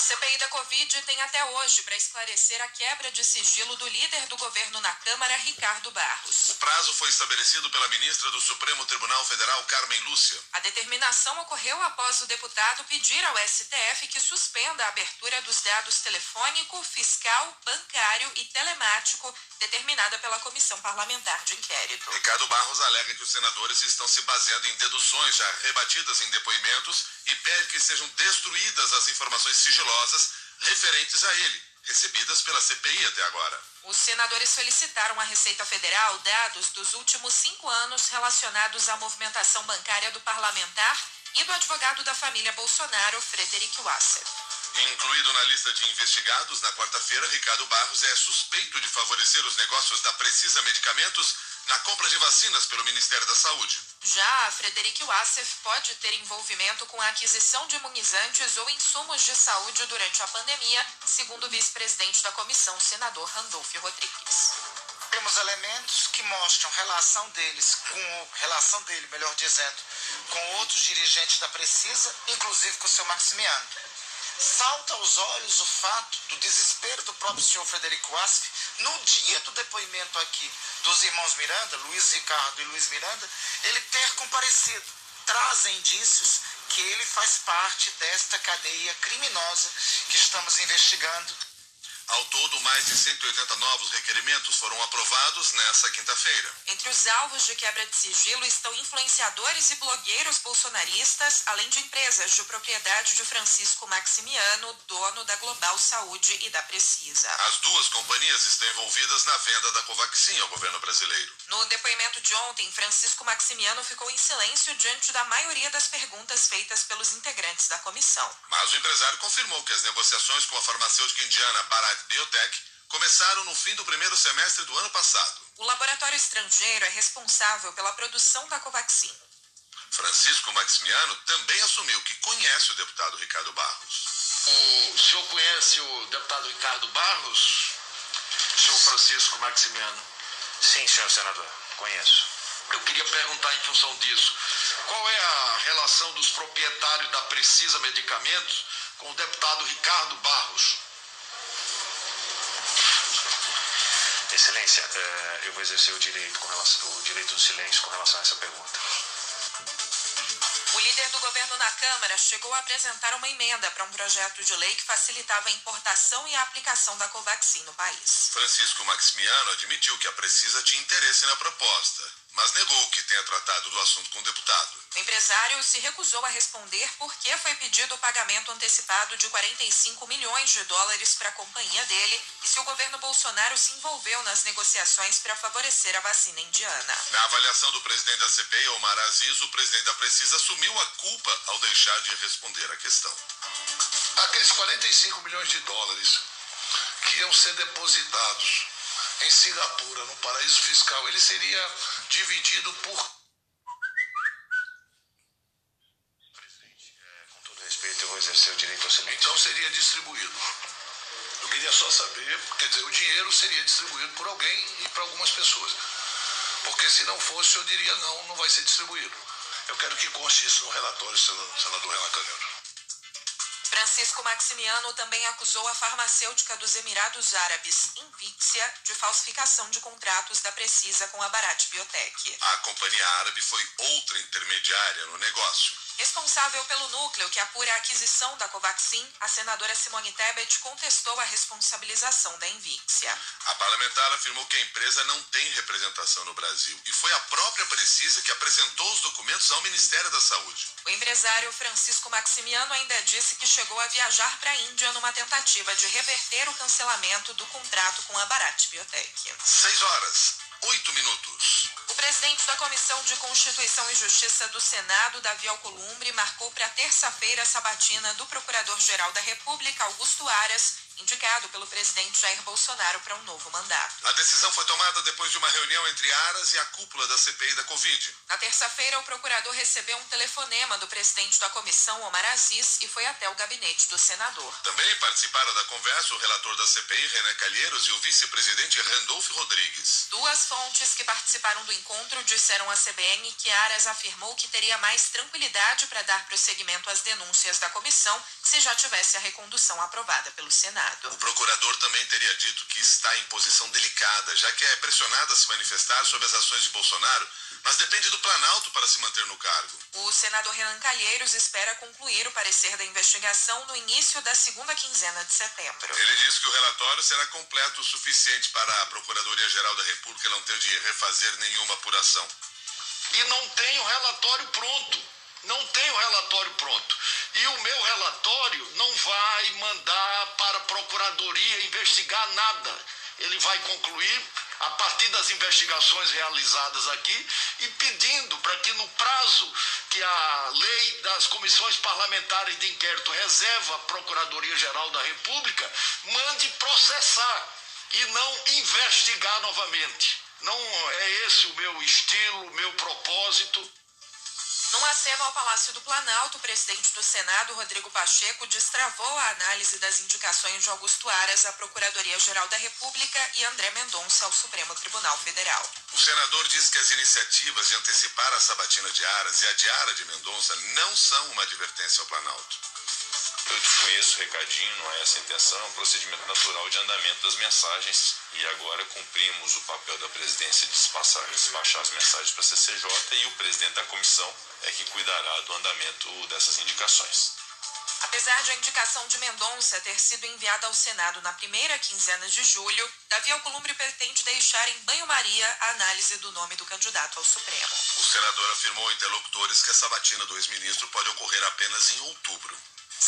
CPI da Covid tem até hoje para esclarecer a quebra de sigilo do líder do governo na Câmara, Ricardo Barros. O prazo foi estabelecido pela ministra do Supremo Tribunal Federal, Carmen Lúcia. A determinação ocorreu após o deputado pedir ao STF que suspenda a abertura dos dados telefônico, fiscal, bancário e telemático determinada pela Comissão Parlamentar de Inquérito. Ricardo Barros alega que os senadores estão se baseando em deduções já rebatidas em depoimentos e pede que sejam destruídas as informações sigilosas referentes a ele, recebidas pela CPI até agora. Os senadores solicitaram à Receita Federal dados dos últimos 5 anos relacionados à movimentação bancária do parlamentar e do advogado da família Bolsonaro, Frederic Wassef. Incluído na lista de investigados, na quarta-feira, Ricardo Barros é suspeito de favorecer os negócios da Precisa Medicamentos na compra de vacinas pelo Ministério da Saúde. Já Frederic Wassef pode ter envolvimento com a aquisição de imunizantes ou insumos de saúde durante a pandemia, segundo o vice-presidente da comissão, senador Randolfo Rodrigues. Temos elementos que mostram relação dele, com outros dirigentes da Precisa, inclusive com o seu Maximiano. Salta aos olhos o fato do desespero do próprio senhor Frederico Wassef no dia do depoimento aqui dos irmãos Miranda, Luiz Ricardo e Luiz Miranda, ele ter comparecido. Trazem indícios que ele faz parte desta cadeia criminosa que estamos investigando. Ao todo, mais de 180 novos requerimentos foram aprovados nesta quinta-feira. Entre os alvos de quebra de sigilo estão influenciadores e blogueiros bolsonaristas, além de empresas de propriedade de Francisco Maximiano, dono da Global Saúde e da Precisa. As duas companhias estão envolvidas na venda da Covaxin ao governo brasileiro. No depoimento de ontem, Francisco Maximiano ficou em silêncio diante da maioria das perguntas feitas pelos integrantes da comissão. Mas o empresário confirmou que as negociações com a farmacêutica indiana Bharat Biotech começaram no fim do primeiro semestre do ano passado. O laboratório estrangeiro é responsável pela produção da Covaxin. Francisco Maximiano também assumiu que conhece o deputado Ricardo Barros. O senhor conhece o deputado Ricardo Barros? Senhor Francisco Maximiano? Sim, senhor senador, conheço. Eu queria perguntar em função disso, qual é a relação dos proprietários da Precisa Medicamentos com o deputado Ricardo Barros? Excelência, eu vou exercer o direito do silêncio com relação a essa pergunta. O líder do governo na Câmara chegou a apresentar uma emenda para um projeto de lei que facilitava a importação e a aplicação da Covaxin no país. Francisco Maximiano admitiu que a Precisa tinha interesse na proposta, mas negou que tenha tratado do assunto com o deputado. O empresário se recusou a responder por que foi pedido o pagamento antecipado de 45 milhões de dólares para a companhia dele e se o governo Bolsonaro se envolveu nas negociações para favorecer a vacina indiana. Na avaliação do presidente da CPI, Omar Aziz, o presidente da Precisa assumiu a culpa ao deixar de responder à questão. Aqueles 45 milhões de dólares que iam ser depositados em Singapura, no paraíso fiscal, ele seria dividido por... Presidente, com todo respeito, eu vou exercer o direito ao silêncio. Então seria distribuído. Eu queria só saber, quer dizer, o dinheiro seria distribuído por alguém e para algumas pessoas. Porque se não fosse, eu diria não vai ser distribuído. Eu quero que conste isso no relatório, senador Renan Calheiros. Francisco Maximiano também acusou a farmacêutica dos Emirados Árabes, Invixia, de falsificação de contratos da Precisa com a Bharat Biotech. A companhia árabe foi outra intermediária no negócio. Responsável pelo núcleo que apura a aquisição da Covaxin, a senadora Simone Tebet contestou a responsabilização da Invixia. A parlamentar afirmou que a empresa não tem representação no Brasil e foi a própria Precisa que apresentou os documentos ao Ministério da Saúde. O empresário Francisco Maximiano ainda disse que chegou a viajar para a Índia numa tentativa de reverter o cancelamento do contrato com a Bharat Biotech. 6:08. O presidente da Comissão de Constituição e Justiça do Senado, Davi Alcolumbre, marcou para terça-feira a sabatina do Procurador-Geral da República, Augusto Aras, indicado pelo presidente Jair Bolsonaro para um novo mandato. A decisão foi tomada depois de uma reunião entre Aras e a cúpula da CPI da Covid. Na terça-feira, o procurador recebeu um telefonema do presidente da comissão, Omar Aziz, e foi até o gabinete do senador. Também participaram da conversa o relator da CPI, Renan Calheiros, e o vice-presidente Randolfo Rodrigues. Duas fontes que participaram do encontro disseram à CBN que Aras afirmou que teria mais tranquilidade para dar prosseguimento às denúncias da comissão se já tivesse a recondução aprovada pelo Senado. O procurador também teria dito que está em posição delicada, já que é pressionado a se manifestar sobre as ações de Bolsonaro, mas depende do Planalto para se manter no cargo. O senador Renan Calheiros espera concluir o parecer da investigação no início da segunda quinzena de setembro. Ele diz que o relatório será completo o suficiente para a Procuradoria-Geral da República não ter de refazer nenhuma apuração. E não tem o relatório pronto. Não tem o relatório pronto. E o meu relatório não vai mandar para a Procuradoria investigar nada. Ele vai concluir a partir das investigações realizadas aqui e pedindo para que no prazo que a lei das comissões parlamentares de inquérito reserva à Procuradoria-Geral da República, mande processar e não investigar novamente. Não é esse o meu estilo, o meu propósito. Num aceno ao Palácio do Planalto, o presidente do Senado, Rodrigo Pacheco, destravou a análise das indicações de Augusto Aras à Procuradoria-Geral da República e André Mendonça ao Supremo Tribunal Federal. O senador diz que as iniciativas de antecipar a sabatina de Aras e a diária de Mendonça não são uma advertência ao Planalto. Eu desconheço o recadinho, não é essa a intenção, é um procedimento natural de andamento das mensagens e agora cumprimos o papel da presidência de despachar as mensagens para a CCJ e o presidente da comissão é que cuidará do andamento dessas indicações. Apesar de a indicação de Mendonça ter sido enviada ao Senado na primeira quinzena de julho, Davi Alcolumbre pretende deixar em banho-maria a análise do nome do candidato ao Supremo. O senador afirmou a interlocutores que a sabatina do ex-ministro pode ocorrer apenas em outubro.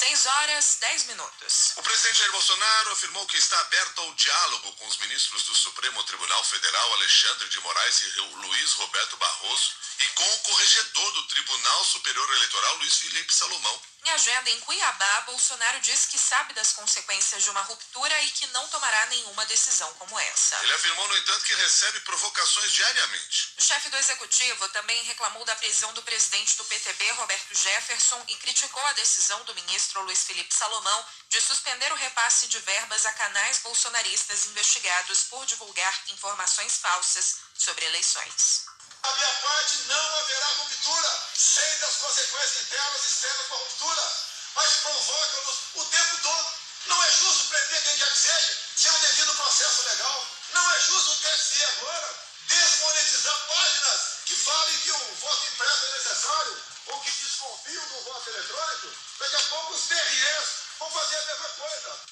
6h10. O presidente Jair Bolsonaro afirmou que está aberto ao diálogo com os ministros do Supremo Tribunal Federal, Alexandre de Moraes e Luiz Roberto Barroso, e com o corregedor do Tribunal Superior Eleitoral, Luiz Felipe Salomão. Em agenda em Cuiabá, Bolsonaro diz que sabe das consequências de uma ruptura e que não tomará nenhuma decisão como essa. Ele afirmou, no entanto, que recebe provocações diariamente. O chefe do executivo também reclamou da prisão do presidente do PTB, Roberto Jefferson, e criticou a decisão do ministro Luiz Felipe Salomão de suspender o repasse de verbas a canais bolsonaristas investigados por divulgar informações falsas sobre eleições. Da minha parte, não haverá ruptura, sem das consequências internas e externas da ruptura, mas provocam-nos o tempo todo. Não é justo prender quem quer que seja, sem o devido processo legal. Não é justo o TSE agora desmonetizar páginas que falem que o voto impresso é necessário ou que desconfiam do voto eletrônico. Daqui a pouco os TREs vão fazer a mesma coisa.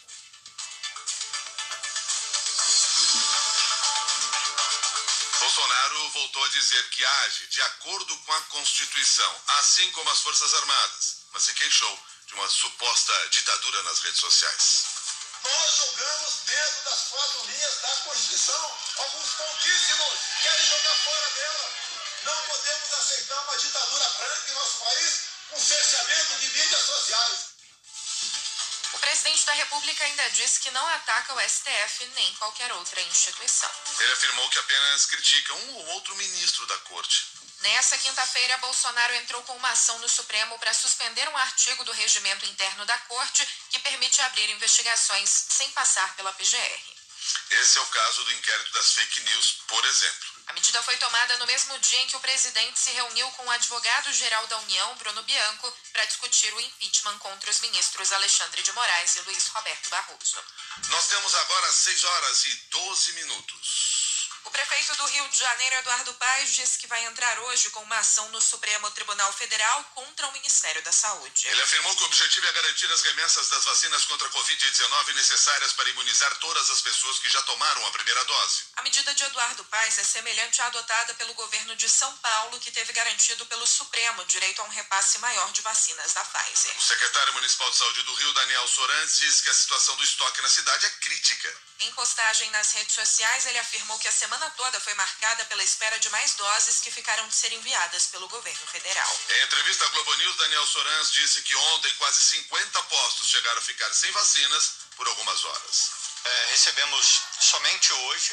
Bolsonaro voltou a dizer que age de acordo com a Constituição, assim como as Forças Armadas, mas se queixou de uma suposta ditadura nas redes sociais. Nós jogamos dentro das 4 linhas da Constituição. Alguns pouquíssimos querem jogar fora dela. Não podemos aceitar uma ditadura branca em nosso país com cerceamento de mídias sociais. O presidente da República ainda disse que não ataca o STF nem qualquer outra instituição. Ele afirmou que apenas critica um ou outro ministro da corte. Nessa quinta-feira, Bolsonaro entrou com uma ação no Supremo para suspender um artigo do regimento interno da Corte que permite abrir investigações sem passar pela PGR. Esse é o caso do inquérito das fake news, por exemplo. A medida foi tomada no mesmo dia em que o presidente se reuniu com o advogado-geral da União, Bruno Bianco, para discutir o impeachment contra os ministros Alexandre de Moraes e Luiz Roberto Barroso. Nós temos agora 6h12. O prefeito do Rio de Janeiro, Eduardo Paes, disse que vai entrar hoje com uma ação no Supremo Tribunal Federal contra o Ministério da Saúde. Ele afirmou que o objetivo é garantir as remessas das vacinas contra a Covid-19 necessárias para imunizar todas as pessoas que já tomaram a primeira dose. A medida de Eduardo Paes é semelhante à adotada pelo governo de São Paulo, que teve garantido pelo Supremo direito a um repasse maior de vacinas da Pfizer. O secretário municipal de saúde do Rio, Daniel Sorans, diz que a situação do estoque na cidade é crítica. Em postagem nas redes sociais, ele afirmou que a semana toda foi marcada pela espera de mais doses que ficaram de ser enviadas pelo governo federal. Em entrevista à Globo News, Daniel Sorans disse que ontem quase 50 postos chegaram a ficar sem vacinas por algumas horas. Recebemos, somente hoje,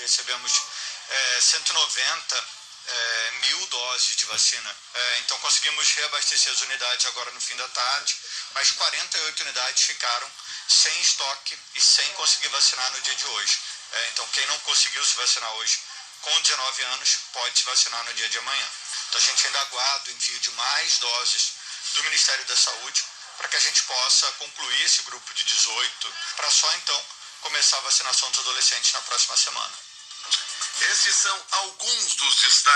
190 mil doses de vacina. Então conseguimos reabastecer as unidades agora no fim da tarde, mas 48 unidades ficaram sem estoque e sem conseguir vacinar no dia de hoje. Então quem não conseguiu se vacinar hoje com 19 anos pode se vacinar no dia de amanhã. Então a gente ainda aguarda o envio de mais doses do Ministério da Saúde para que a gente possa concluir esse grupo de 18, para só então começar a vacinação dos adolescentes na próxima semana. Esses são alguns dos destaques.